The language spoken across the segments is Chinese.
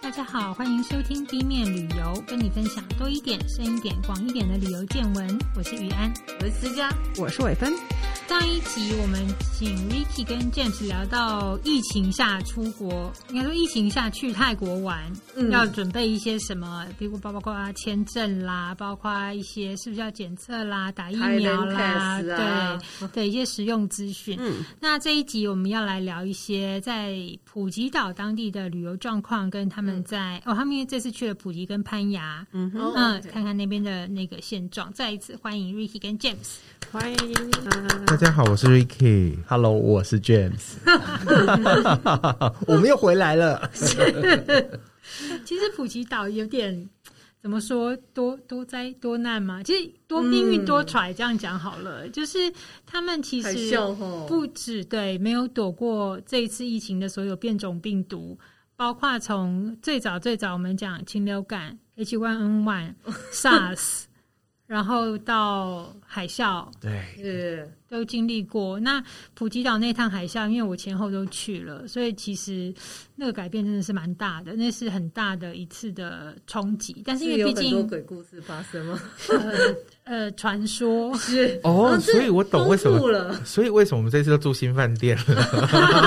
大家好，欢迎收听 B 面旅游，跟你分享多一点、深一点、广一点的旅游见闻。我是于安， 我是思佳， 我是伟芬。 上一集我们请 Ricky 跟 James 聊到疫情下出国，应该说疫情下去泰国玩，要准备一些什么，比如包括签证啦，包括一些是不是要检测啦、打疫苗啦，对一些实用资讯。那这一集我们要来聊一些在普吉岛当地的旅游状况，跟他们在他们因为这次去了普吉跟攀牙，看看那边的那个现状。再一次欢迎 Ricky 跟 James。 欢迎大家好，我是 Ricky。Hello， 我是 James。我们又回来了。 其实普吉岛有点怎么说，多灾多难嘛，其实多命运多舛，这样讲好了。就是他们其实不止没有躲过这一次疫情的所有变种病毒，包括从最早我们讲禽流感 H1N1 SARS 然后到海啸， 对， 都经历过。那普吉岛那趟海啸，因为我前后都去了，所以其实那个改变真的是蛮大的，那是很大的一次的冲击。但是因为毕竟有很多鬼故事发生吗？ 传说是所以我懂为什么，所以为什么我们这次都住新饭店了？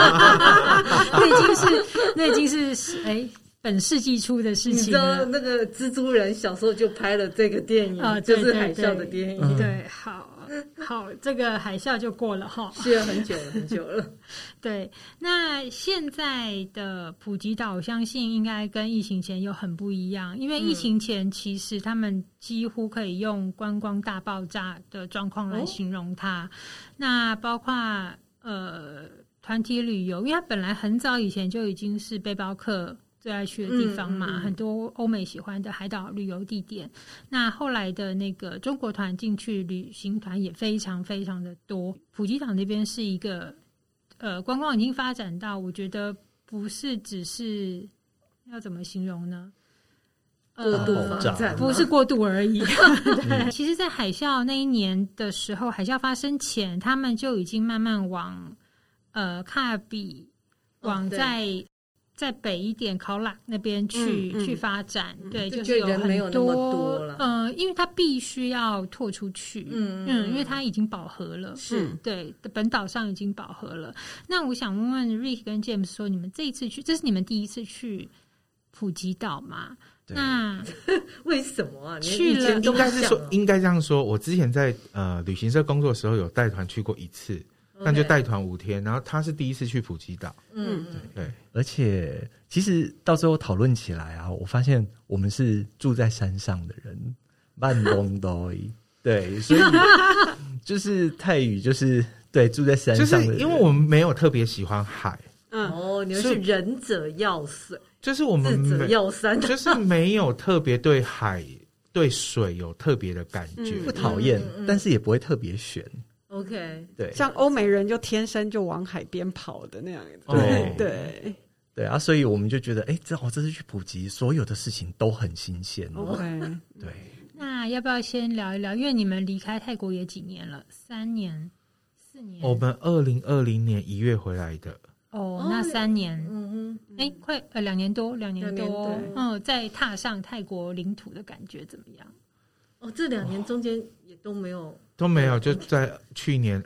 那已经是本世纪初的事情了。 你知道那个蜘蛛人小时候就拍了这个电影就是海啸的电影。 对，好，这个海啸就过了哈， 去了很久了。 对，那现在的普吉岛，我相信应该跟疫情前有很不一样，因为疫情前其实他们几乎可以用观光大爆炸的状况来形容它。那包括团体旅游，因为它本来很早以前就已经是背包客最爱去的地方嘛，很多欧美喜欢的海岛旅游地点。那后来的那个中国团进去旅行团也非常非常的多。普吉岛那边是一个观光已经发展到，我觉得不是只是要怎么形容呢？ 过度发展不是过度而已。对，其实在海啸那一年的时候，海啸发生前，他们就已经慢慢往卡尔比往在北一点考拉那边去发展。对，就是有很多因为它必须要拓出去，因为它已经饱和了， 是对，本岛上已经饱和了。那我想问问 Rick 跟 James 说，你们这一次去，这是你们第一次去普吉岛吗？那为什么啊？ 去了应该这样说，我之前在旅行社工作的时候有带团去过一次，但就带团5天，然后他是第一次去普吉岛。对， 而且其实到最后讨论起来啊，我发现我们是住在山上的人，慢龙多对，所以就是泰语就是对住在山上的人， 就是因为我们没有特别喜欢海。 你们是仁者要水， 就是我们智者要山， 就是没有特别对海对水有特别的感觉， 不讨厌，但是也不会特别选。 OK， 对， 像欧美人就天生就往海边跑的那样。 对啊，所以我们就觉得，这次去普吉，所有的事情都很新鲜。 OK， 对。 那要不要先聊一聊？因为你们离开泰国也几年了，3年、4年。 我们2020年1月回来的。 那3年，快2年多，再踏上泰国领土的感觉怎么样？ 这2年中间也都没有， 就在去年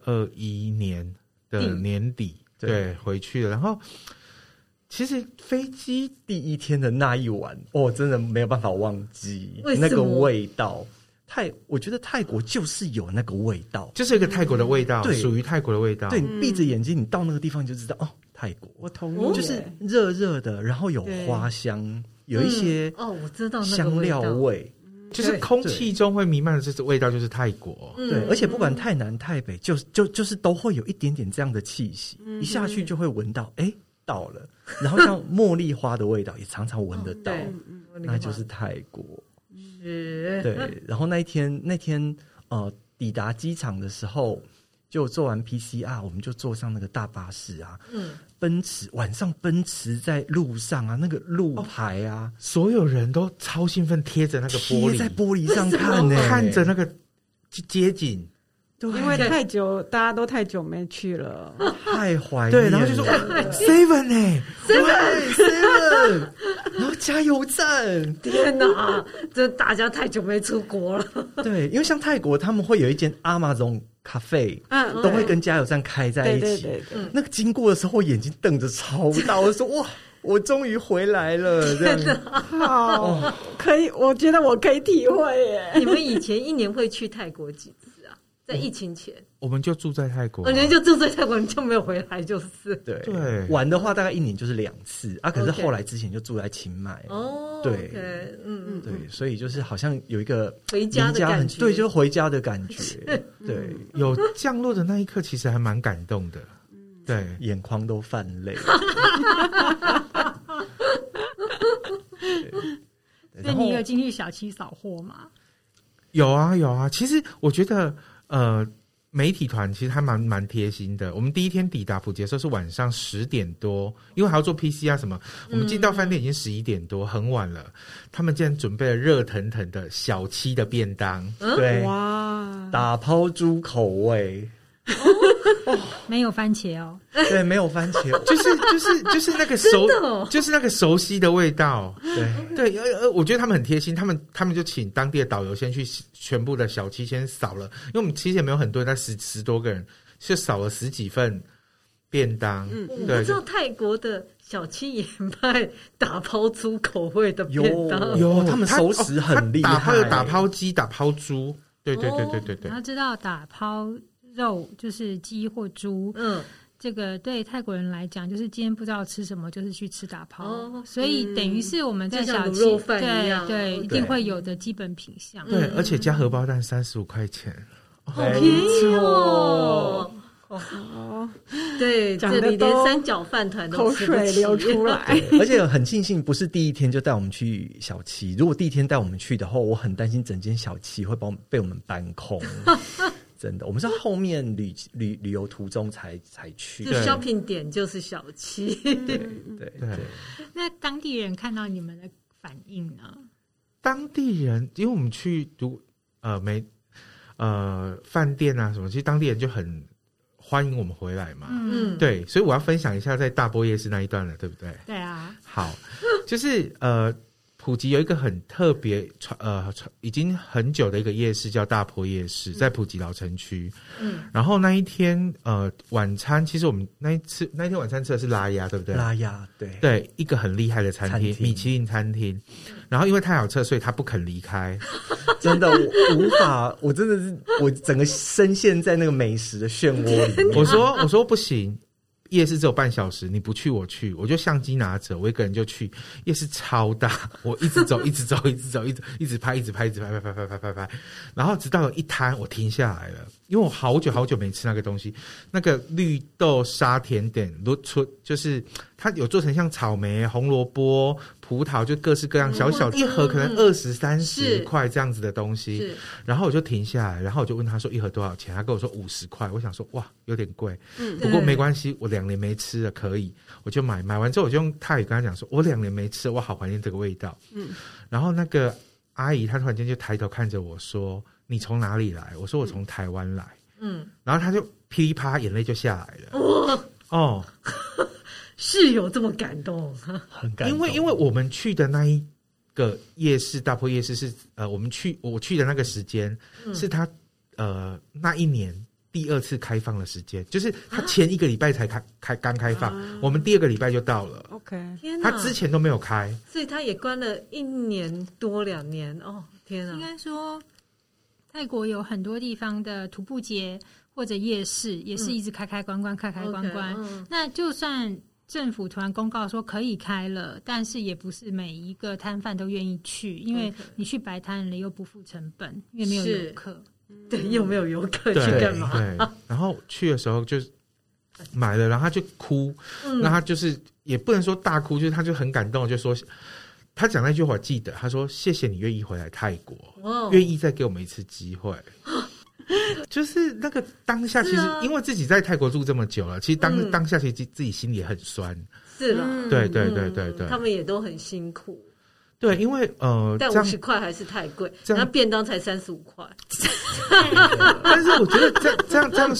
2021年的年底，对，回去了。然后其实飞机第一天的那一晚，真的没有办法忘记那个味道。我觉得泰国就是有那个味道， 就是一个泰国的味道，属于泰国的味道。 对，你闭着眼睛，你到那个地方就知道泰国。 我同意， 就是热热的，然后有花香，有一些我知道香料味， 就是空气中会弥漫的这种味道，就是泰国。 对，而且不管太南太北，就是都会有一点点这样的气息，一下去就会闻到，到了。然后像茉莉花的味道也常常闻得到，那就是泰国。对，然后那天抵达机场的时候，就做完 PCR， 我们就坐上那个大巴士啊，晚上奔驰在路上啊，那个路牌啊， 所有人都超兴奋，贴着那个玻璃， 贴在玻璃上看看着那个街景。 因为太久，大家都太久没去了， 太怀念了。 对，然后就说 Seven 呢 ，Seven， 然后加油站， 天哪，这大家太久没出国了。 对，因为像泰国他们会有一间 Amazon 咖啡，都会跟加油站开在一起。 对， 那个经过的时候，我眼睛瞪着超大，我说哇，我终于回来了，这样。 好，可以，我觉得我可以体会耶。 你们以前一年会去泰国几次啊？在疫情前， 我们就住在泰国， 我觉得就住在泰国，你就没有回来，就是。 对， 玩的话大概一年就是2次啊，可是后来之前就住在清迈。 哦， 对，对，所以就是好像有一个回家的感觉， 对，就是回家的感觉。对， 有降落的那一刻，其实还蛮感动的。对， 眼眶都泛泪。 所以你有进去小七扫货吗？ 有啊。其实我觉得，媒体团其实还蛮贴心的。我们第一天抵达普吉的时候是晚上10点多，因为还要做 PCR 什么，我们进到饭店已经11点多，很晚了。他们竟然准备了热腾腾的小七的便当， 对， 哇， 打抛猪口味。 没有番茄哦， 对，没有番茄， 就是那个就是那个熟悉的味道。对，我觉得他们很贴心，他们就请当地的导游先去全部的小七先扫了，因为我们其实也没有很多人，在10多个人就扫了10几份便当。 对，我知道泰国的小七也卖打抛猪口味的便当， 有他们熟食很厉害， 有打抛鸡、打抛猪。对。 然后知道打抛肉就是鸡或猪，这个对泰国人来讲，就是今天不知道吃什么，就是去吃打抛，所以等于是我们在小七肉饭一样， 对，一定会有的基本品项。 对，而且加荷包蛋35块钱， 好便宜哦。对，这里连三角饭团都口水流出来。 而且很庆幸不是第一天就带我们去小七，如果第一天带我们去的话，我很担心整间小七会被我们搬空。真的，我们是后面旅游途中才去， 就 shopping 点就是小七。 对。 那当地人看到你们的反应呢？ 当地人，因为我们去饭店啊什么，其实当地人就很欢迎我们回来嘛。对，所以我要分享一下在大波夜市那一段了，对不对？ 对啊。 好，就是普吉有一个很特别已经很久的一个夜市叫大坡夜市，在普吉老城区。然后那一天晚餐，其实我们那一天晚餐吃的是拉鸭，对不对？ 拉鸭， 对，一个很厉害的餐厅，米其林餐厅。然后因为太好吃，所以他不肯离开。 真的，我无法，我真的是我整个深陷在那个美食的漩涡里面。 我说不行。夜市只有半小时，你不去我去，我就相机拿着，我一个人就去。夜市超大，我一直走，一直拍，然后直到有一摊我停下来了，因为我好久没吃那个东西，那个绿豆沙甜点，就是它有做成像草莓、红萝卜、葡萄，就各式各样小小一盒，可能20-30块这样子的东西。然后我就停下来，然后我就问他说一盒多少钱，他跟我说50块。我想说哇，有点贵，不过没关系，我2年没吃了，可以，我就买完之后我就用泰语跟他讲说，我2年没吃了，我好怀念这个味道。然后那个阿姨她突然间就抬头看着我说，你从哪里来？我说我从台湾来。然后她就噼里啪眼泪就下来了。 是有这么感动， 很感动。 因为我们去的那一个夜市大坡夜市是我去的那个时间，是他那一年第2次开放的时间，就是他前1个礼拜才刚开放，我们第2个礼拜就到了。 OK， 天哪， 他之前都没有开， 所以他也关了1年多2年。哦，天哪！ 应该说，泰国有很多地方的徒步节或者夜市也是一直开关关。那就算政府突然公告说可以开了，但是也不是每一个摊贩都愿意去，因为你去摆摊了又不付成本，因为没有游客。 对，又没有游客去干嘛？ 对，然后去的时候就买了，然后他就哭，那他就是也不能说大哭，就是他就很感动，就说他讲那句话我记得，他说谢谢你愿意回来泰国，愿意再给我们一次机会。就是那个当下，其实因为自己在泰国住这么久了，其实当下其实自己心里也很酸。 是了， 对， 他们也都很辛苦。 对，因为但50块还是太贵，然后便当才35块。 但是我觉得这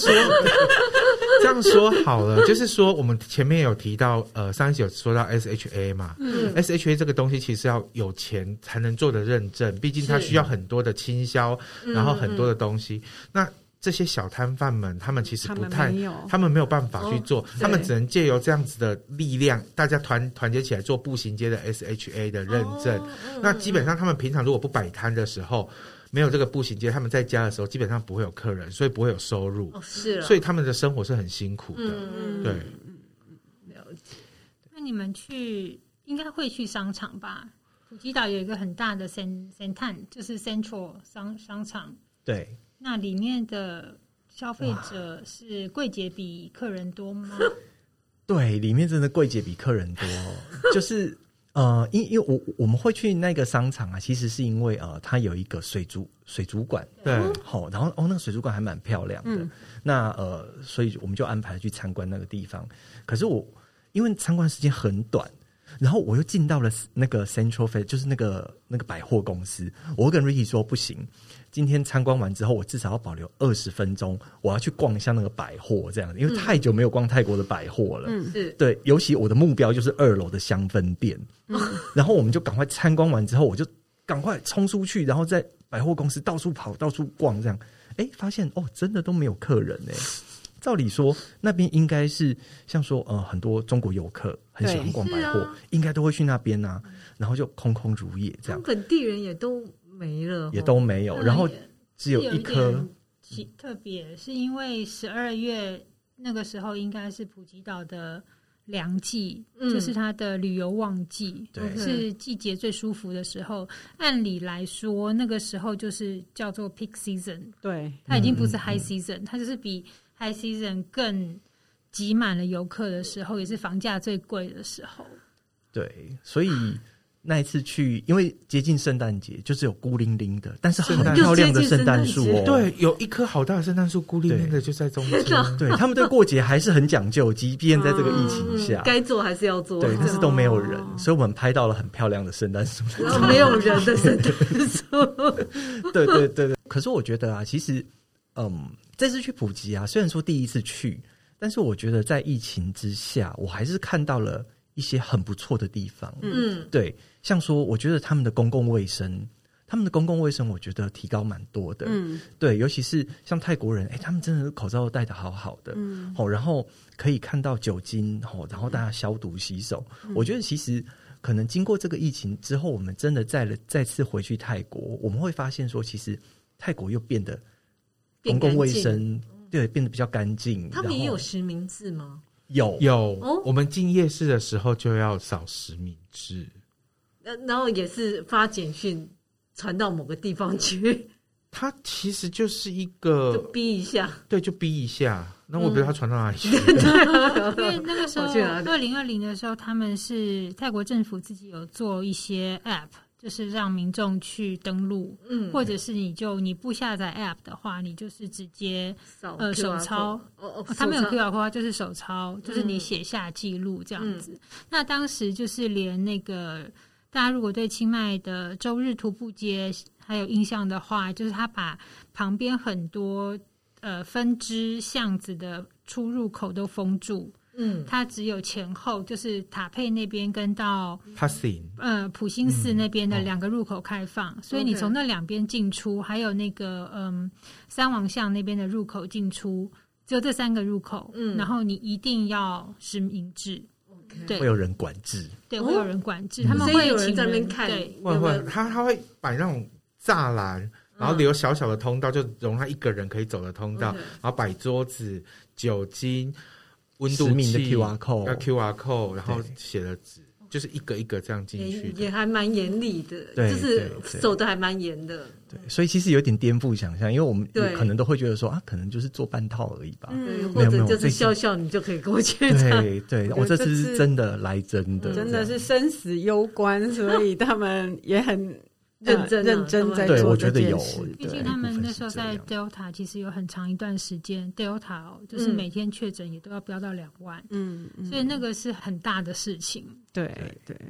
样说好了，就是说我们前面有提到上一集有说到 SHA 嘛，SHA 这个东西其实要有钱才能做的认证，毕竟它需要很多的倾销，然后很多的东西。那这些小摊贩们，他们其实不太，他们没有办法去做，他们只能借由这样子的力量，大家团结起来做步行街的 SHA 的认证。那基本上他们平常如果不摆摊的时候，没有这个步行街，他们在家的时候基本上不会有客人，所以不会有收入。 是， 所以他们的生活是很辛苦的。对， 了解。 那你们应该会去商场吧？普吉岛有一个很大的 Sentan， 就是 Central 商场。 对。 那里面的消费者是柜姐比客人多吗？ 对，里面真的柜姐比客人多，就是因为我们会去那个商场啊，其实是因为它有一个水族馆， 对， 好，然后那个水族馆还蛮漂亮的，那所以我们就安排去参观那个地方。可是因为参观时间很短。然后我又进到了那个 Central Face， 就是那个百货公司。我会跟 Ricky 说，不行，今天参观完之后，我至少要保留20分钟，我要去逛一下那个百货，这样，因为太久没有逛泰国的百货了。对，尤其我的目标就是2楼的香氛店。然后我们就赶快参观完之后，我就赶快冲出去，然后在百货公司到处跑、到处逛，这样，发现真的都没有客人照理说，那边应该是像说很多中国游客很喜欢逛百货，应该都会去那边啊，然后就空空如也这样。 本地人也都没了， 也都没有，然后只有一颗。 特别是因为12月那个时候应该是普吉岛的凉季，就是它的旅游旺季，是季节最舒服的时候。按理来说，那个时候就是叫做 peak season， 对，它已经不是 high season，它就是比High Season 更挤满了游客的时候，也是房价最贵的时候。 对，所以那一次去，因为接近圣诞节，就是有孤零零的，但是很漂亮的圣诞树哦。 对，有一棵好大的圣诞树，孤零零的就在中间。 对，他们对过节还是很讲究，即便在这个疫情下， 该做还是要做。 对，但是都没有人，所以我们拍到了很漂亮的圣诞树， 没有人的圣诞树。 对。可是我觉得啊，其实这次去普吉啊，虽然说第一次去，但是我觉得在疫情之下，我还是看到了一些很不错的地方。对，像说我觉得他们的公共卫生，我觉得提高蛮多的。对，尤其是像泰国人，他们真的口罩戴得好好的。然后可以看到酒精，然后大家消毒洗手。我觉得其实可能经过这个疫情之后，我们真的再次回去泰国，我们会发现说，其实泰国又变得公共卫生变得比较干净。 他们也有实名制吗？ 有我们进夜市的时候就要扫实名制， 然后也是发简讯传到某个地方去。 它其实就是一个就逼一下， 对，就逼一下。那我不知道它传到哪里去。 因为那个时候2020的时候，他们是泰国政府自己有做一些 app。就是让民众去登录，或者是你不下载 app 的话，你就是直接手抄，他没有 QR code， 就是手抄，就是你写下记录这样子。那当时就是连那个大家如果对清迈的周日徒步街还有印象的话，就是他把旁边很多分支巷子的出入口都封住。它只有前后，就是塔佩那边跟到普辛寺那边的2个入口开放，所以你从那2边进出，还有那个三王巷那边的入口进出，只有这3个入口，然后你一定要实名制， 对，会有人管制， 对，会有人管制，他们会有人在那边看， 会，他会摆那种栅栏。然后留小小的通道，就容他一个人可以走的通道，然后摆桌子、酒精。温度计的 QR code， 然后写了纸，就是一个一个这样进去也还蛮严厉的，就是守的还蛮严的。 对，所以其实有点颠覆想象，因为我们可能都会觉得说可能就是做半套而已吧， 或者就是笑笑你就可以过去。 对，我这次是真的来真的， 真的是生死攸关，所以他们也很认真在做这件事。 毕竟他们那时候在 Delta 其实有很长一段时间 Delta 就是每天确诊也都要飙到2万，所以那个是很大的事情。 对，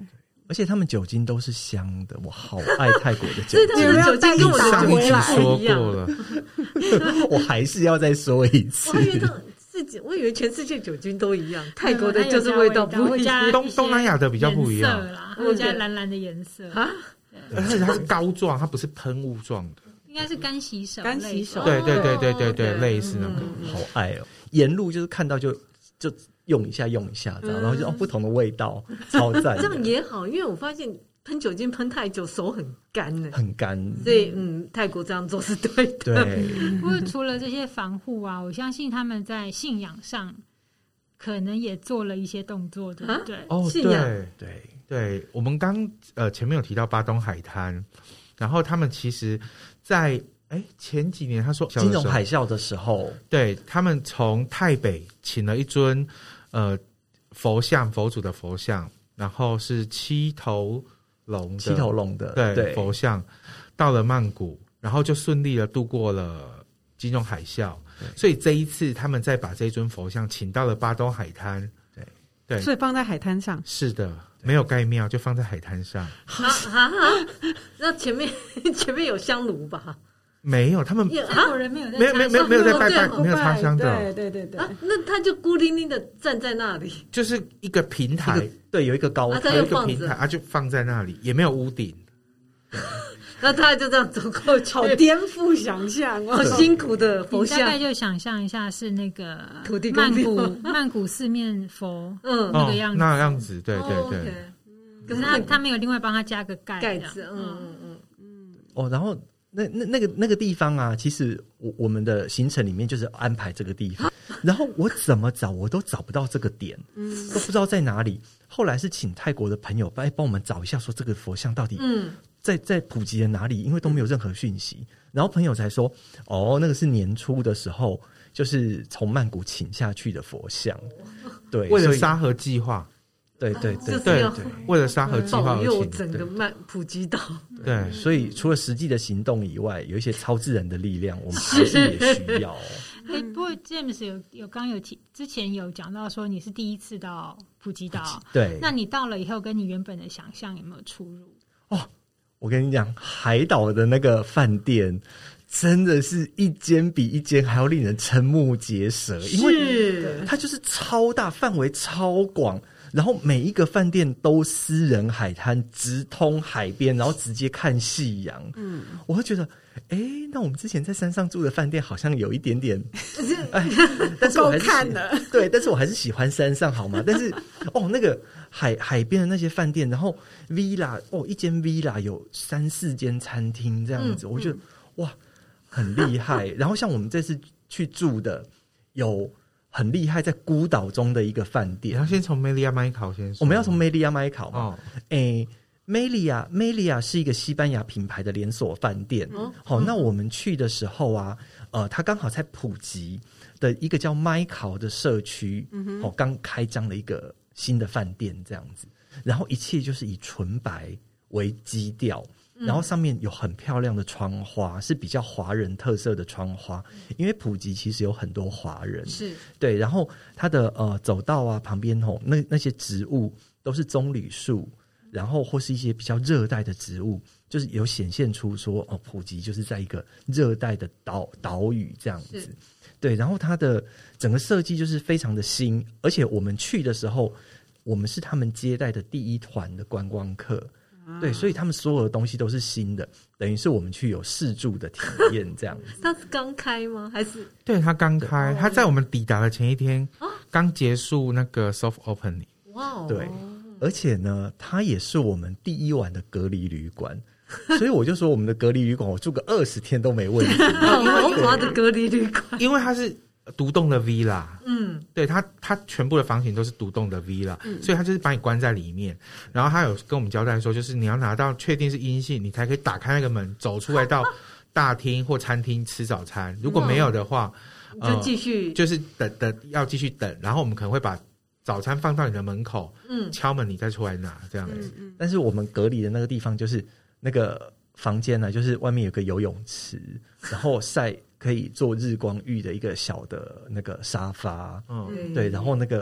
而且他们酒精都是香的，我好爱泰国的酒精。 所以他们的酒精跟我的上一集酒精说不一样过了， 我还是要再说一次。 我以为全世界酒精都一样，泰国的就是味道不一样。 东南亚的比较不一样啦，会加蓝蓝的颜色啊， 而且它是膏状，它不是喷雾状的， 应该是干洗手， 对，类似那个， 好爱哦。沿路就是看到就用一下这样，然后就不同的味道，超赞。 这样也好，因为我发现喷酒精喷太久手很干呢， 很干， 所以泰国这样做是对的。 对， 不过除了这些防护啊，我相信他们在信仰上可能也做了一些动作，对不对？ 信仰对， 我们刚前面有提到巴东海滩，然后他们其实在前几年他说金融海啸的时候， 对，他们从泰北请了一尊佛祖的佛像，然后是七头龙的对佛像，到了曼谷，然后就顺利的度过了金融海啸。所以这一次他们再把这尊佛像请到了巴东海滩，对， 所以放在海滩上。 是的，没有盖庙，就放在海滩上。 那前面有香炉吧？ 没有，他们泰国人没有在拜拜，没有插香的。 对。 那他就孤零零的站在那里， 就是一个平台， 对，有一个高台， 有一个平台就放在那里，也没有屋顶。 那他就这样走过去， 好颠覆想象哦， 好辛苦的佛像。 大概就想象一下是那个土地曼谷四面佛，那个样子， 那样子，对。 可是他没有另外帮他加个盖子， 然后那个地方啊，其实我们的行程里面就是安排这个地方，然后我怎么找我都找不到这个点，都不知道在哪里。后来是请泰国的朋友帮我们找一下，说这个佛像到底在普吉的哪里，因为都没有任何讯息。然后朋友才说，那个是年初的时候，就是从曼谷请下去的佛像，对， 为了沙河计划。 对， 为了沙河计划保佑整个普吉岛。 对， 所以除了实际的行动以外，有一些超自然的力量，我们还是也需要。 不过 James 之前有讲到说你是第一次到普吉岛， 对， 那你到了以后跟你原本的想象有没有出入？ 我跟你讲，海岛的那个饭店真的是一间比一间还要令人瞠目结舌，因为它就是超大，范围超广，然后每一个饭店都私人海滩，直通海边，然后直接看夕阳。我会觉得，那我们之前在山上住的饭店好像有一点点，但是我还是看了，对，但是我还是喜欢山上，好吗？但是那个海边的那些饭店，然后 villa 一间 villa 有3-4间餐厅这样子，我觉得哇，很厉害。然后像我们这次去住的有很厉害，在孤岛中的一个饭店。 然后先从梅利亚麦考先说， 我们要从梅利亚麦考梅利亚是一个西班牙品牌的连锁饭店。那我们去的时候啊，它刚好在普吉的一个叫麦考的社区，刚开张了一个新的饭店这样子。然后一切就是以纯白为基调，然后上面有很漂亮的窗花，是比较华人特色的窗花，因为普吉其实有很多华人， 是对。然后它的走道啊旁边那些植物都是棕榈树，然后或是一些比较热带的植物，就是有显现出说普吉就是在一个热带的岛屿这样子。对，然后它的整个设计就是非常的新，而且我们去的时候，我们是他们接待的第一团的观光客。对，所以他们所有的东西都是新的，等于是我们去有试住的体验这样子。 它是刚开吗？还是？ 对，它刚开，它在我们抵达的前一天刚结束那个 soft opening。 哇， 对，而且呢，它也是我们第一晚的隔离旅馆，所以我就说我们的隔离旅馆我住个20天都没问题。 豪华的隔离旅馆， 因为它是独栋的 villa，对，它全部的房型都是独栋的 villa，所以它就是把你关在里面。然后他有跟我们交代说，就是你要拿到确定是阴性，你才可以打开那个门走出来到大厅或餐厅吃早餐。如果没有的话， 就继续就是要继续等。然后我们可能会把早餐放到你的门口，敲门你再出来拿这样子。 但是我们隔离的那个地方就是那个房间呢，就是外面有个游泳池，然后可以做日光浴的一个小的那个沙发，对，然后那个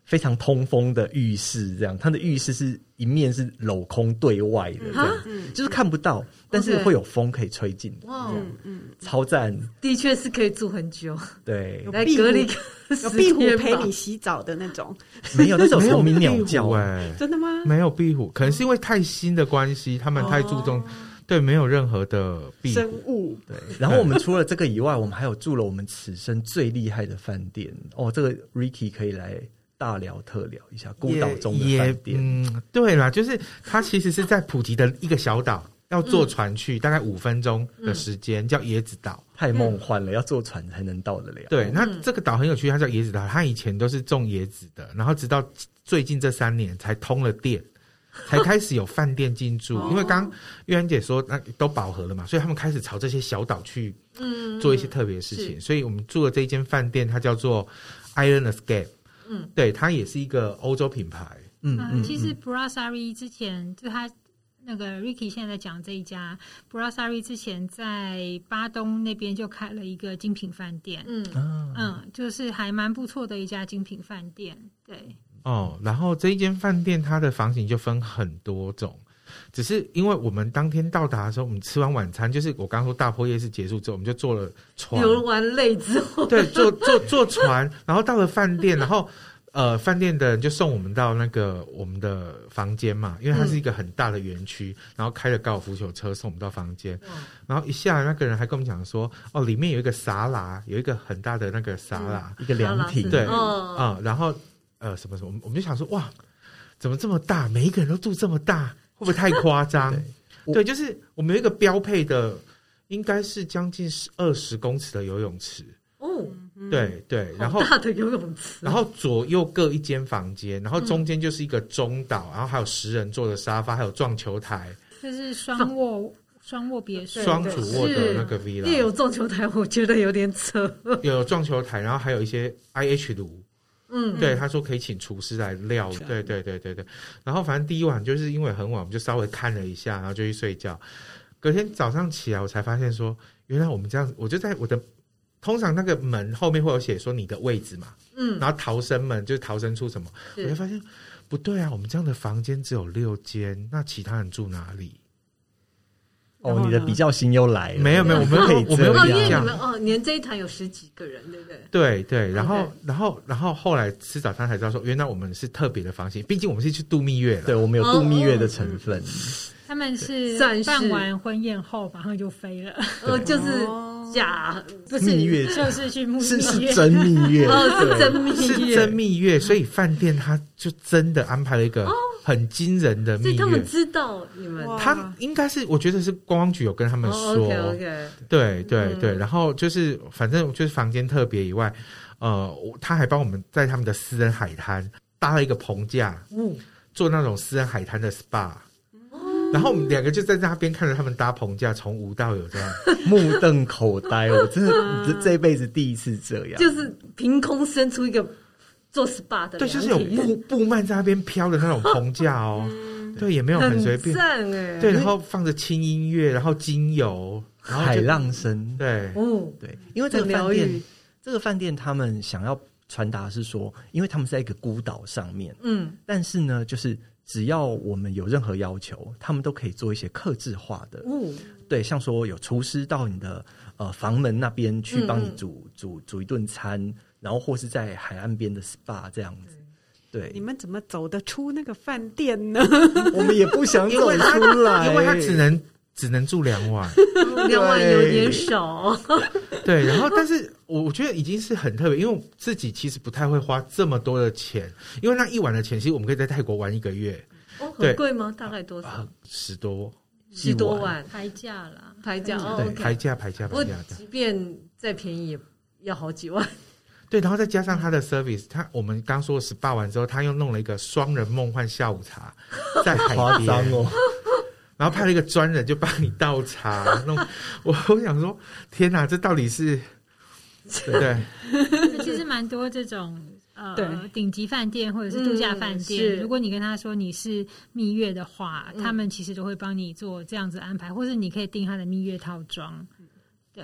非常通风的浴室，这样它的浴室是一面是镂空对外的，这样就是看不到，但是会有风可以吹进，哇，超赞， 的确是可以住很久。 对， 来隔离有壁虎陪你洗澡的那种， 没有，那是有虫鸣鸟叫真的吗？ 没有壁虎，可能是因为太新的关系，他们太注重。对，没有任何的壁虎生物。 对，然后我们除了这个以外，我们还有住了我们此生最厉害的饭店哦。这个 Ricky 可以来大聊特聊一下孤岛中的饭店。 对啦，就是它其实是在普吉的一个小岛，要坐船去，大概5分钟的时间，叫椰子岛。 太梦幻了，要坐船才能到得了。 对，那这个岛很有趣，它叫椰子岛，它以前都是种椰子的，然后直到最近这3年才通了电。才开始有饭店进驻，因为刚玉安姐说那都饱和了嘛，所以他们开始朝这些小岛去做一些特别的事情，所以我们住的这一间饭店它叫做 Island Escape，对，它也是一个欧洲品牌。 其实 Brasserie 之前就他那个 Ricky 现在在讲这一家 Brasserie 之前在巴东那边就开了一个精品饭店，就是还蛮不错的一家精品饭店，对。 然后这一间饭店它的房型就分很多种，只是因为我们当天到达的时候，我们吃完晚餐，就是我刚刚说大坡夜市结束之后，我们就坐了船， 流完泪之后， 对，坐船，然后到了饭店，然后饭店的人就送我们到那个我们的房间嘛，因为它是一个很大的园区，然后开了高尔夫球车送我们到房间，然后一下来那个人还跟我们讲说，里面有一个沙拉，有一个很大的那个沙拉， 一个凉亭， 对，然后。什么，我们就想说，哇，怎么这么大？每一个人都住这么大，会不会太夸张？对，就是我们有一个标配的，应该是将近20公尺的游泳池。对，然后大的游泳池， 然后左右各一间房间，然后中间就是一个中岛，然后还有10人座的沙发，还有撞球台， 就是双卧别墅， 双主卧的那个 villa， 也有撞球台，我觉得有点扯。 有撞球台，然后还有一些 IH 炉。对，他说可以请厨师来料，对，然后反正第一晚就是因为很晚，我们就稍微看了一下，然后就去睡觉。隔天早上起来，我才发现说，原来我们这样子，我就在我的通常那个门后面会有写说你的位置嘛，然后逃生门就是逃生出什么，我就发现不对啊，我们这样的房间只有6间，那其他人住哪里？ 你的比较心又来了。 没有，我们可以这样，因为你们连这一团有10几个人，对不对？ 对，然后后来吃早餐才知道说，原来我们是特别的房型，毕竟我们是去度蜜月了， 对，我们有度蜜月的成分。 他们是办完婚宴后马上就飞了， 就是假不是蜜月， 就是去蜜月， 是真蜜月， 是真蜜月， 是真蜜月，所以饭店他就真的安排了一个很惊人的蜜月， 所以他们知道你们， 他应该是我觉得是观光局有跟他们说 ，OK， 对，然后就是反正就是房间特别以外，他还帮我们在他们的私人海滩搭了一个棚架，做那种私人海滩的 SPA。然后我们2个就在那边看着他们搭棚架，从无到有这样， 目瞪口呆。我真的这辈子第一次这样， 就是凭空生出一个做 SPA 的， 对，就是有布幔在那边飘的那种棚架哦，对，也没有很随便，对，然后放着轻音乐，然后精油，然后海浪声， 对， 对，因为这个饭店他们想要传达是说，因为他们是在一个孤岛上面，但是呢，就是只要我们有任何要求，他们都可以做一些客制化的，对，像说有厨师到你的房门那边去帮你煮一顿餐，然后或是在海岸边的 SPA 这样子。对， 你们怎么走得出那个饭店呢？ 我们也不想走出来， 因为他只能住2晚 ，2晚有点少。 对，然后但是我觉得已经是很特别，因为我自己其实不太会花这么多的钱，因为那1晚的钱，其实我们可以在泰国玩1个月。 很贵吗？大概多少 ？10多万， 排价啦， 排价， 对，排价。 不过即便再便宜，也要好几万。 对，然后再加上他的 service， 我们刚说SPA完之后，他又弄了一个双人梦幻下午茶，在海边， 夸张哦。 然后派了一个专人就帮你倒茶，弄我想说，天哪，这到底是对？ 其实蛮多这种顶级饭店或者是度假饭店，如果你跟他说你是蜜月的话，他们其实都会帮你做这样子安排，或是你可以订他的蜜月套装。对，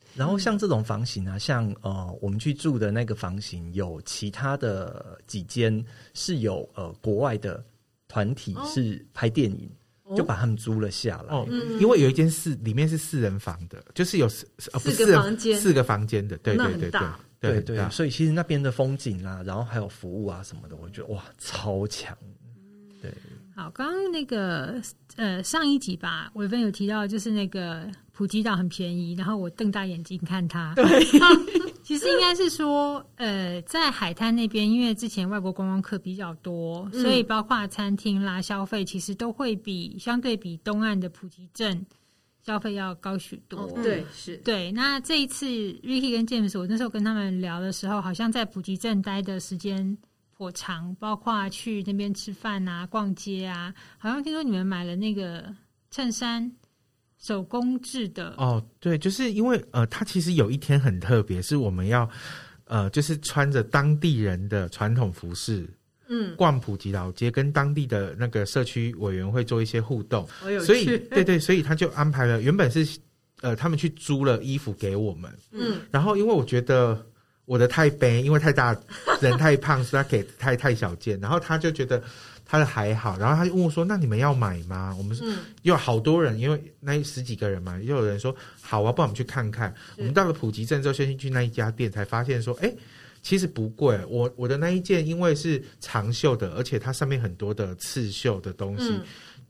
然后像这种房型啊，像我们去住的那个房型，有其他的几间是有国外的团体是拍电影。就把他们租了下来因为有一间里面是4人房的，就是有4个房间的，对对对对对，所以其实那边的风景啊，然后还有服务啊什么的，我觉得哇超强。对， 好，刚刚那个上一集吧，伟芬有提到就是那个普吉岛很便宜，然后我瞪大眼睛看它。 对， 其实应该是说，在海滩那边，因为之前外国观光客比较多，所以包括餐厅啦、消费，其实都会相对比东岸的普吉镇消费要高许多。 对，是， 对。那这一次 Ricky 跟 James， 我那时候跟他们聊的时候，好像在普吉镇待的时间颇长，包括去那边吃饭啊、逛街啊，好像听说你们买了那个衬衫。手工制的对，就是因为它其实有一天很特别，是我们要就是穿着当地人的传统服饰，逛普吉老街，跟当地的那个社区委员会做一些互动，所以对，所以他就安排了，原本是他们去租了衣服给我们，然后因为我觉得我的太背，因为太大人太胖，所以他给太小件，然后他就觉得。他的还好，然后他就问我说：“那你们要买吗？”我们有好多人，因为那10几个人嘛，又有人说：“好啊，不然我们去看看。”我们到了普吉镇之后，先去那一家店，才发现说：“其实不贵。我的那一件因为是长袖的，而且它上面很多的刺绣的东西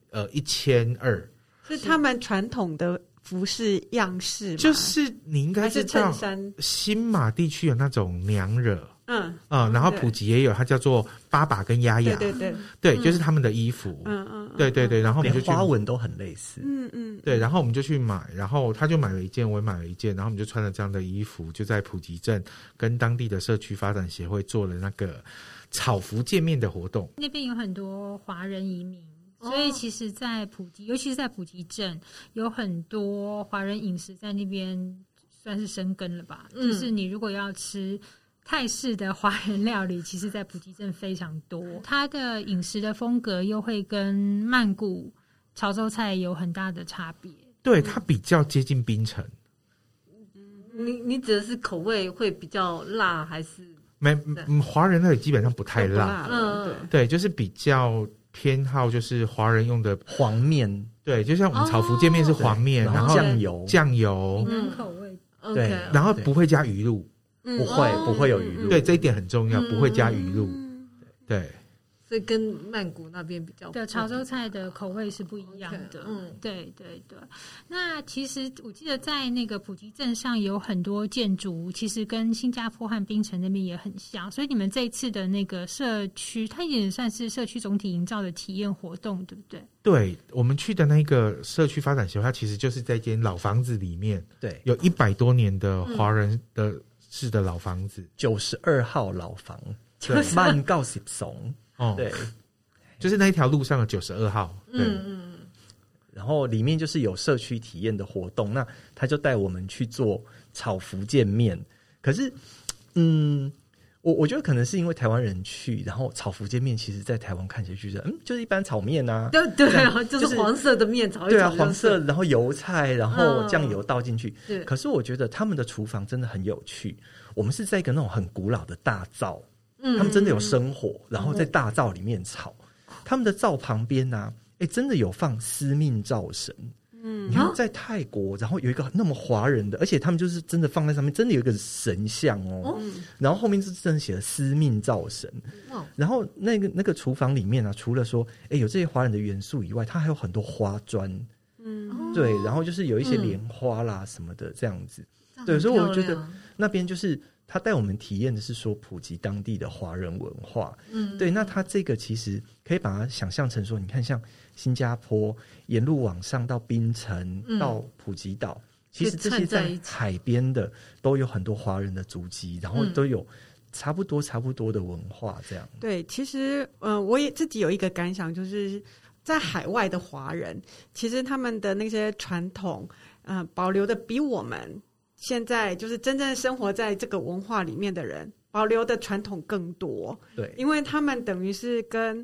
，1200。 是他们传统的服饰样式吗？ 就是你应该知道，新马地区有那种娘惹。然后普吉也有，它叫做爸爸跟丫丫，对，就是他们的衣服，对，然后我们就连花纹都很类似， 对，然后我们就去买，然后他就买了一件，我也买了一件，然后我们就穿了这样的衣服，就在普吉镇跟当地的社区发展协会做了那个草服见面的活动。 那边有很多华人移民，所以其实在普吉，尤其是在普吉镇，有很多华人饮食在那边算是生根了吧。就是你如果要吃泰式的华人料理，其实在普吉镇非常多，它的饮食的风格又会跟曼谷潮州菜有很大的差别。 对，它比较接近槟城。 你指的是口味会比较辣还是？ 华人那里基本上不太辣，对，就是比较偏好就是华人用的黄面， 对，就像我们炒福建面是黄面，然后酱油， 口味， 对， 然后不会加鱼露。 不会有鱼露， 对，这一点很重要，不会加鱼露，对， 所以跟曼谷那边比较的潮州菜的口味是不一样的，对。那其实我记得在那个普吉镇上有很多建筑，其实跟新加坡和槟城那边也很像，所以你们这一次的那个社区，它也算是社区总体营造的体验活动，对不对？ 对，我们去的那个社区发展协会，它其实就是在一间老房子里面， 对， 有100多年的华人的式的老房子 ，92号老房，曼告十松，对， 就是那一条路上的92号，对， 然后里面就是有社区体验的活动，那他就带我们去做炒福建面，可是，我觉得可能是因为台湾人去，然后炒福建面，其实在台湾看起来就是就是一般炒面啊， 对啊，就是黄色的面炒一炒， 对啊，黄色，然后油菜，然后酱油倒进去。可是我觉得他们的厨房真的很有趣。我们是在一个那种很古老的大灶，他们真的有生火，然后在大灶里面炒。他们的灶旁边啊，真的有放司命灶神。你看在泰国，然后有一个那么华人的，而且他们就是真的放在上面，真的有一个神像然后后面是真的写了司命灶神。然后那个厨房里面啊，除了说有这些华人的元素以外，它还有很多花砖，对，然后就是有一些莲花啦什么的这样子，对，所以我觉得那边就是他带我们体验的是说普及当地的华人文化，对，那他这个其实可以把它想象成说，你看像新加坡沿路往上到槟城到普吉岛，其实这些在海边的都有很多华人的足迹，然后都有差不多的文化这样。 对，其实我也自己有一个感想，就是在海外的华人，其实他们的那些传统保留的比我们现在就是真正生活在这个文化里面的人保留的传统更多。 对， 因为他们等于是跟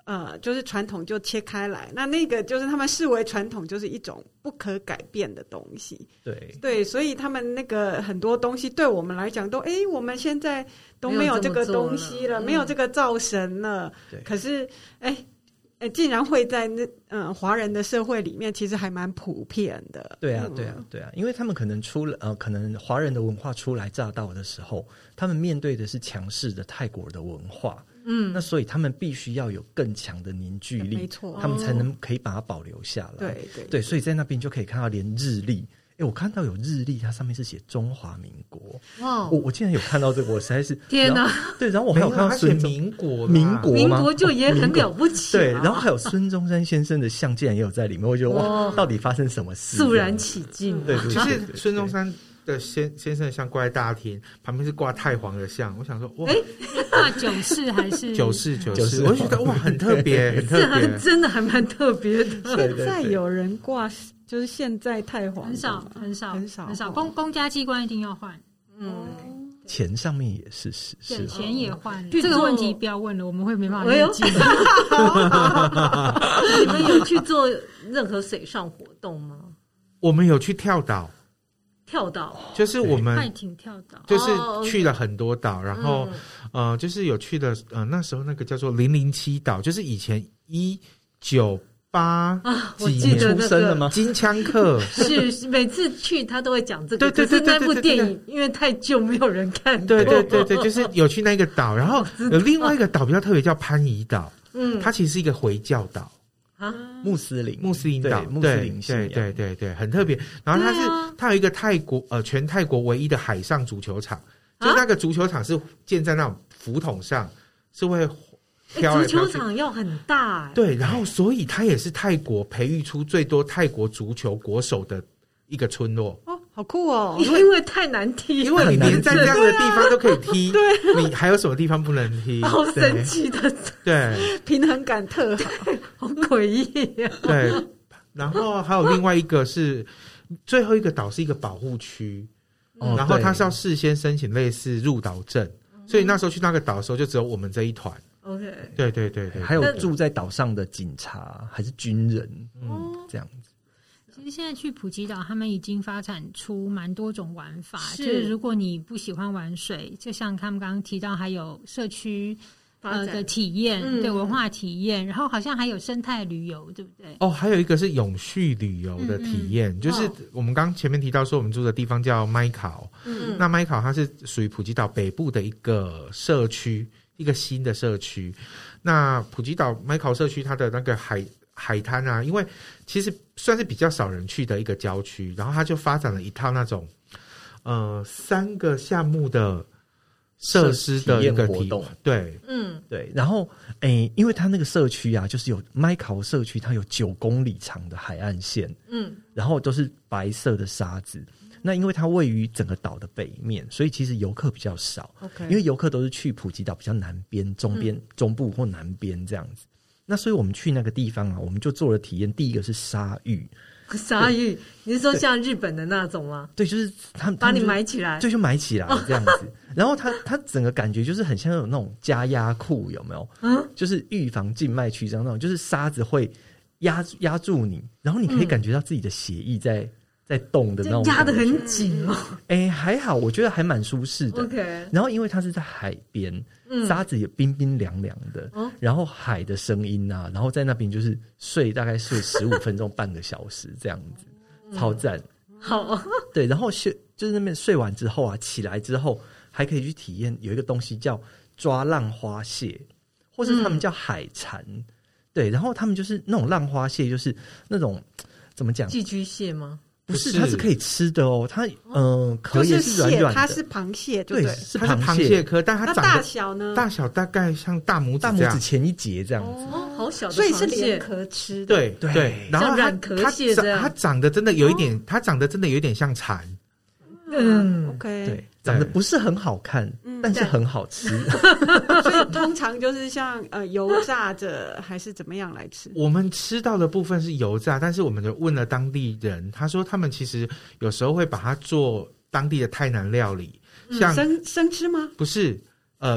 就是传统就切开来，那个就是他们视为传统，就是一种不可改变的东西。对，所以他们那个很多东西对我们来讲都，我们现在都没有这个东西了，没有这个灶神了。可是，竟然会在华人的社会里面，其实还蛮普遍的。 对啊，因为他们可能可能华人的文化初来乍到的时候，他们面对的是强势的泰国的文化。那所以他们必须要有更强的凝聚力， 没错， 他们才能可以把它保留下来。对，所以在那边就可以看到连日历。我看到有日历，它上面是写中华民国。哇！我竟然有看到这个，我实在是天哪！ 对，然后我还有看到孙民国就也很了不起。 对，然后还有孙中山先生的像，竟然也有在里面。我觉得哇，到底发生什么事？ 肃然起敬。 对， 就是孙中山的先生的像挂在大厅，旁边是挂太皇的像。我想说，哇， 挂九世还是九世？我就觉得哇，很特别，很特别， 真的还蛮特别的。 现在有人挂。就是现在太皇很少，公家机关一定要换。 钱上面也是对，钱也换了。这个问题不要问了，我们会没办法理解。 你们有去做任何水上活动吗？ 我们有去跳岛，就是我们快艇跳岛， 就是去了很多岛，然后就是有去的那时候那个叫做007岛，就是以前198 我记得出生的吗？ 金枪客是每次去他都会讲这个，对，可是那部电影因为太旧没有人看过。 对，就是有去那个岛，然后有另外一个岛比较特别，叫潘怡岛。它其实是一个回教岛啊，穆斯林岛， 穆斯林信仰， 对，很特别。然后它有一个全泰国唯一的海上足球场，就那个足球场是建在那种浮桶上，是会。 足球场要很大。 对，然后所以它也是泰国培育出最多泰国足球国手的一个村落。 好酷哦！ 因为太难踢， 因为你连在这样的地方都可以踢，对，你还有什么地方不能踢？ 好神奇的， 对， 平衡感特好， 好诡异啊！ 对，然后还有另外一个是最后一个岛是一个保护区，然后它是要事先申请类似入岛证，所以那时候去那个岛的时候就只有我们这一团。 OK， 对， 还有住在岛上的警察还是军人，这样子。 其实现在去普吉岛，他们已经发展出蛮多种玩法。就是如果你不喜欢玩水，就像他们刚刚提到，还有社区的体验，对文化体验，然后好像还有生态旅游，对不对？ 还有一个是永续旅游的体验，就是我们刚前面提到说，我们住的地方叫麦考，那麦考它是属于普吉岛北部的一个社区。一个新的社区，那普吉岛麦考社区它的那个海滩啊，因为其实算是比较少人去的一个郊区，然后它就发展了一套那种3个项目的设施的一个活动， 对， 对，然后因为它那个社区啊，就是有麦考社区，它有9公里长的海岸线，然后都是白色的沙子。那因为它位于整个岛的北面，所以其实游客比较少。因为游客都是去普吉岛比较南边、中部或南边这样子。那所以我们去那个地方啊，我们就做了体验。第一个是沙浴， 你是说像日本的那种吗？ 对，就是他们把你埋起来， 就埋起来这样子。然后它整个感觉就是很像有那种加压库，有没有？就是预防静脉曲张那种，就是沙子会压住你，然后你可以感觉到自己的血液在动的那种， 压得很紧哦。 还好，我觉得还蛮舒适的。 OK， 然后因为它是在海边，沙子也冰冰凉凉的，然后海的声音啊，然后在那边就是大概睡15分钟、半个小时这样子，超赞。 好， 对，然后就是那边睡完之后啊，起来之后还可以去体验有一个东西叫抓浪花蟹，或是他们叫海蝉。对，然后他们就是那种浪花蟹，就是那种怎么讲？ 寄居蟹吗？ 不是，它是可以吃的哦。它壳也是软软的， 它是螃蟹， 对， 是螃蟹科，但它大小呢？ 大小大概像大拇指前一节这样子， 好小的螃蟹， 所以是连壳吃的。对，然后它长得真的有一点，它长得真的有点像蝉。 OK， 对，长得不是很好看，但是很好吃。 所以通常就是像油炸着还是怎么样来吃？ 我们吃到的部分是油炸，但是我们就问了当地人，他说他们其实有时候会把它做当地的泰南料理，像生吃吗？ 不是，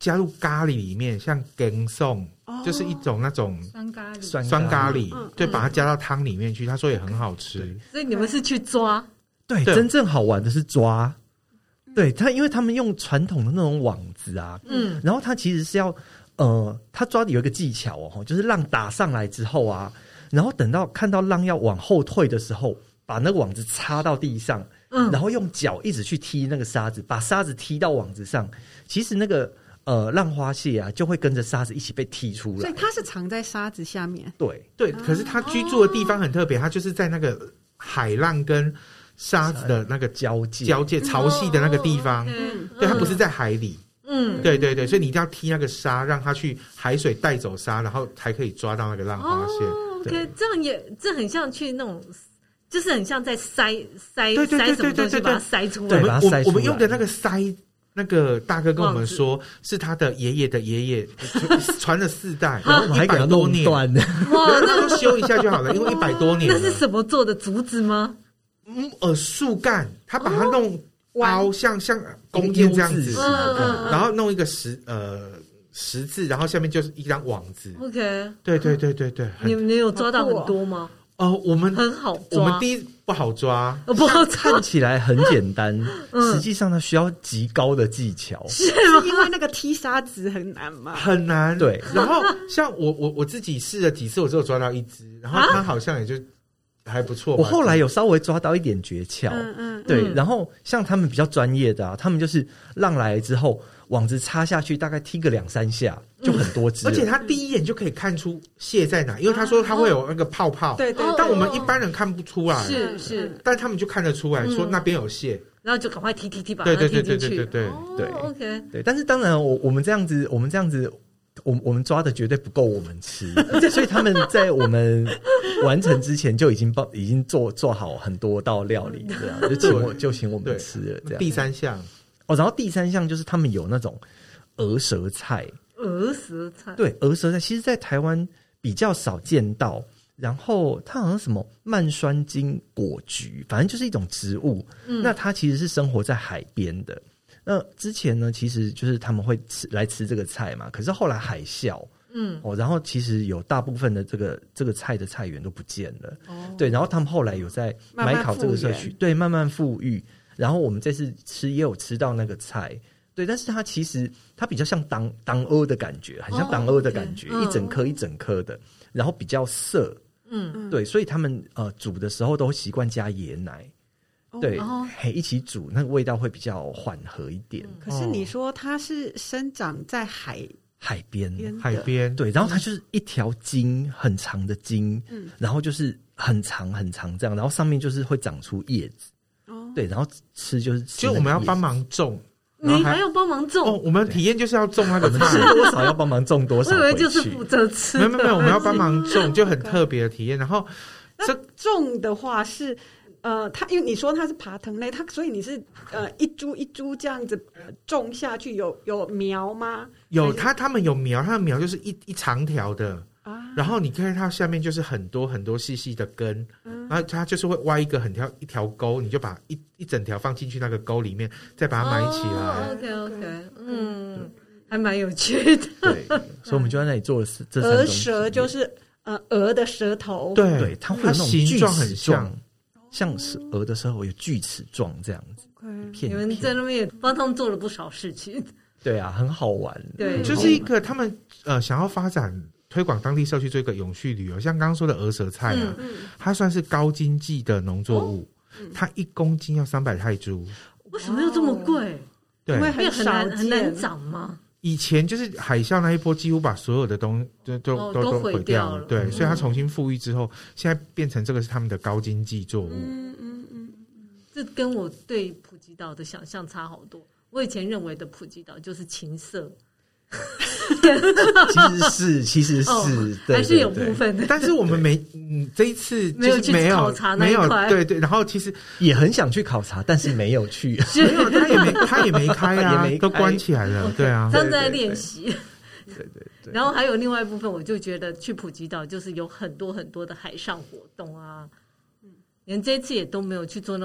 加入咖喱里面，像羹颂，就是一种那种酸咖喱，对，把它加到汤里面去。他说也很好吃。 所以你们是去抓？ 对，真正好玩的是抓。对，因为他们用传统的那种网子啊，然后他其实是要他抓的有一个技巧哦，就是浪打上来之后啊，然后等到看到浪要往后退的时候，把那个网子插到地上。然后用脚一直去踢那个沙子，把沙子踢到网子上。其实那个浪花蟹啊，就会跟着沙子一起被踢出来。 所以它是藏在沙子下面。 对，可是它居住的地方很特别，它就是在那个海浪跟沙子的那个交界潮汐的那个地方。对，它不是在海里。对，所以你一定要踢那个沙，让它去海水带走沙，然后才可以抓到那个浪花蟹。 OK， 这很像去那种。就是很像在塞什么东西，把它塞出来。 我们用的那个塞，那个大哥跟我们说，是他的爷爷的爷爷传了4代，然后我还给他弄断的。 哇，那就修一下就好了，因为100多年。 那是什么做的竹子吗？ 树干，他把它弄凹，像弓箭这样子，然后弄一个十字，然后下面就是一张网子。 OK， 对。 你有抓到很多吗？ 我们很好抓， 我们第一不好抓， 不好看起来很简单，实际上它需要极高的技巧。 是因为那个踢沙子很难吗？ 很难。 对， 然后像我自己试了几次，我只有抓到1只，然后它好像也就还不错。 我后来有稍微抓到一点诀窍，对。然后像他们比较专业的啊，他们就是浪来之后。网子插下去，大概踢个2-3下，就很多只。 而且他第一眼就可以看出蟹在哪，因为他说他会有那个泡泡。 对， 但我们一般人看不出来。 是， 但他们就看得出来，说那边有蟹， 然后就赶快踢把它踢进去。 对。 OK， 对。但是当然，我们这样子，我们抓的绝对不够我们吃，所以他们在我们完成之前就已经做好很多道料理，这样就请我们吃了。这样。 第3项。 然后第3项就是他们有那种鹅舌菜，对，鹅舌菜其实在台湾比较少见到，然后它好像什么蔓酸金果菊，反正就是一种植物，那它其实是生活在海边的。那之前呢，其实就是他们会吃这个菜嘛，可是后来海啸，然后其实有大部分的这个菜的菜园都不见了，对，然后他们后来有在买考这个社区，对，慢慢复育。然后我们这次吃也有吃到那个菜，对，但是它其实它比较像当鹅的感觉，很像当鹅的感觉，一整颗一整颗的，然后比较涩，对，所以他们煮的时候都习惯加椰奶，对，一起煮，那个味道会比较缓和一点。 可是你说它是生长在海边， 对，然后它就是一条茎很长的茎，然后就是很长很长这样，然后上面就是会长出叶子。对，然后吃就是吃， 就我们要帮忙种， 你还要帮忙种我们体验就是要种那个菜， 吃多少要帮忙种多少。 我以为就是负责吃， 没有，我们要帮忙种，就很特别的体验。然后这种的话是它因为你说它是爬藤类，所以你是一株一株这样子种下去，有苗吗？ 有，他们有苗，它的苗就是一长条的。然后你看它下面就是很多很多细细的根，然后它就是会挖一条沟，你就把一整条放进去那个沟里面，再把它埋起来。 OK， 还蛮有趣的。 对，所以我们就在那里做了这3种。 鹅舌就是鹅的舌头， 对， 它会有那种形状很像是鹅的舌头有锯齿状这样子。 你们在那边也帮他们做了不少事情。 对啊，很好玩。 对， 就是一个他们想要发展。推广当地社区做一个永续旅游，像刚刚说的鹅舌菜啊，它算是高经济的农作物，它1公斤要300泰铢。 为什么要这么贵？ 对， 因为很难长吗？ 以前就是海啸那一波，几乎把所有的东西都毁掉了。对，所以它重新复育之后，现在变成这个是他们的高经济作物。 这跟我对普吉岛的想象差好多。我以前认为的普吉岛就是情色。 其实是，对， 还是有部分的。 但是我们这一次没有去考察那一块， 对。然后其实也很想去考察，但是没有去， 没有，他也没开啊，都关起来了，对啊， 他们在练习。 对。 然后还有另外一部分，我就觉得去普吉岛就是有很多很多的海上活动啊，连这一次也都没有去做那种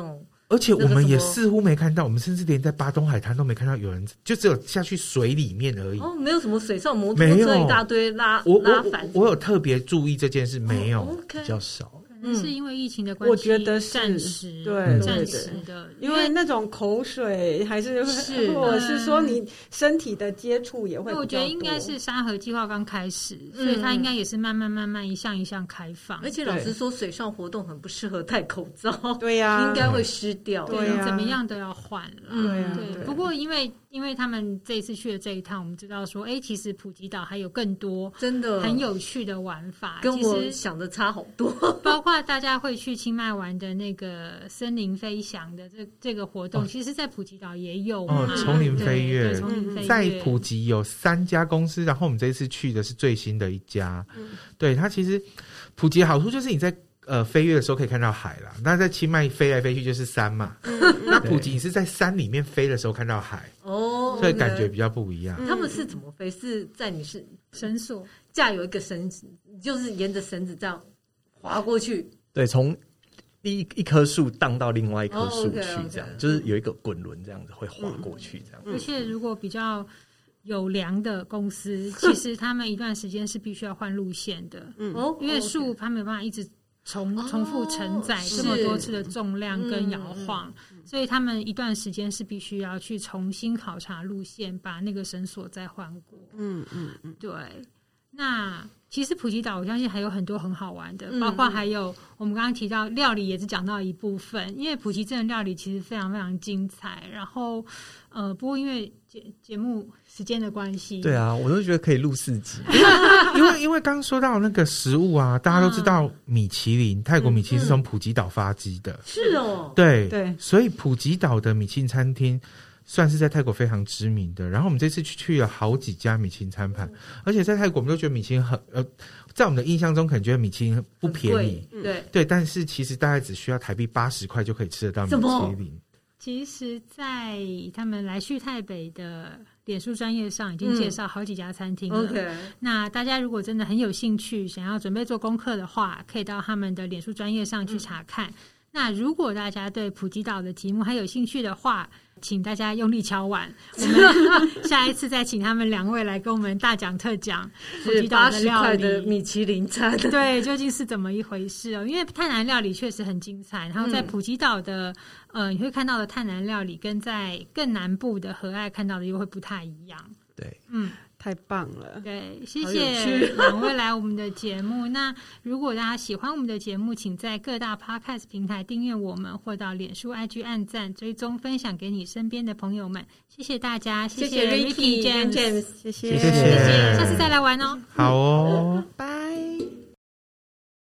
而且我们也似乎没看到，我们甚至连在巴东海滩都没看到有人，就只有下去水里面而已。 哦，没有什么水上摩托车一大堆拉帆。 我有特别注意这件事，没有， 比较少。 是因为疫情的关系， 我觉得是暂时的， 因为那种口水还是或者是说你身体的接触也会比较多。 我觉得应该是沙河计划刚开始，所以它应该也是慢慢一项一项开放。 而且老实说，水上活动很不适合戴口罩， 对呀， 应该会湿掉， 对呀， 怎么样都要换了。 对。 不过因为他们这一次去的这一趟，我们知道说，其实普吉岛还有更多真的很有趣的玩法， 跟我想的差好多。 包括大家会去清迈玩的那个森林飞翔的这个活动，其实在普吉岛也有丛林飞跃， 丛林飞跃在普吉有3家公司，然后我们这次去的是最新的一家。对，它其实普吉的好处就是你在飞跃的时候可以看到海啦，那在清迈飞来飞去就是山嘛，那普吉你是在山里面飞的时候看到海，所以感觉比较不一样。 他们是怎么飞？是在你是绳索架有一个绳子，就是沿着绳子这样滑过去。 对，从一棵树荡到另外一棵树去，这样就是有一个滚轮这样子会滑过去这样。 而且如果比较有良的公司，其实他们一段时间是必须要换路线的，因为树它没有办法一直重复承载这么多次的重量跟摇晃，所以他们一段时间是必须要去重新考察路线，把那个绳索再换过。对。那其实普吉岛我相信还有很多很好玩的，包括还有我们刚刚提到料理也是讲到一部分，因为普吉镇的料理其实非常非常精彩。然后不过因为节目时间的关系， 对啊，我都觉得可以录4集。 因为刚说到那个食物啊，大家都知道米其林，泰国米其林是从普吉岛发迹的， 是哦， 对，所以普吉岛的米其林餐厅算是在泰国非常知名的。然后我们这次去了好几家米其林餐盘，而且在泰国我们都觉得米其林很在我们的印象中可能觉得米其林不便宜，对，但是其实大概只需要台币80块就可以吃得到米其林。 其实在他们来去泰北的脸书专页上已经介绍好几家餐厅了。那大家如果真的很有兴趣，想要准备做功课的话，可以到他们的脸书专页上去查看。那如果大家对普吉岛的题目还有兴趣的话，请大家用力敲碗，我们下一次再请他们2位来跟我们大讲特讲普吉岛的料理， 80块的米其林餐， 对，究竟是怎么一回事哦？因为泰南料理确实很精彩，然后在普吉岛的你会看到的泰南料理跟在更南部的和爱看到的又会不太一样。 对， 太棒了， 对，谢谢2位来我们的节目。那如果大家喜欢我们的节目，请在各大 Podcast 平台订阅我们，或到脸书 IG 按赞追踪分享给你身边的朋友们。谢谢大家，谢谢 Ricky James， 谢谢， 下次再来玩哦。 好哦， 拜。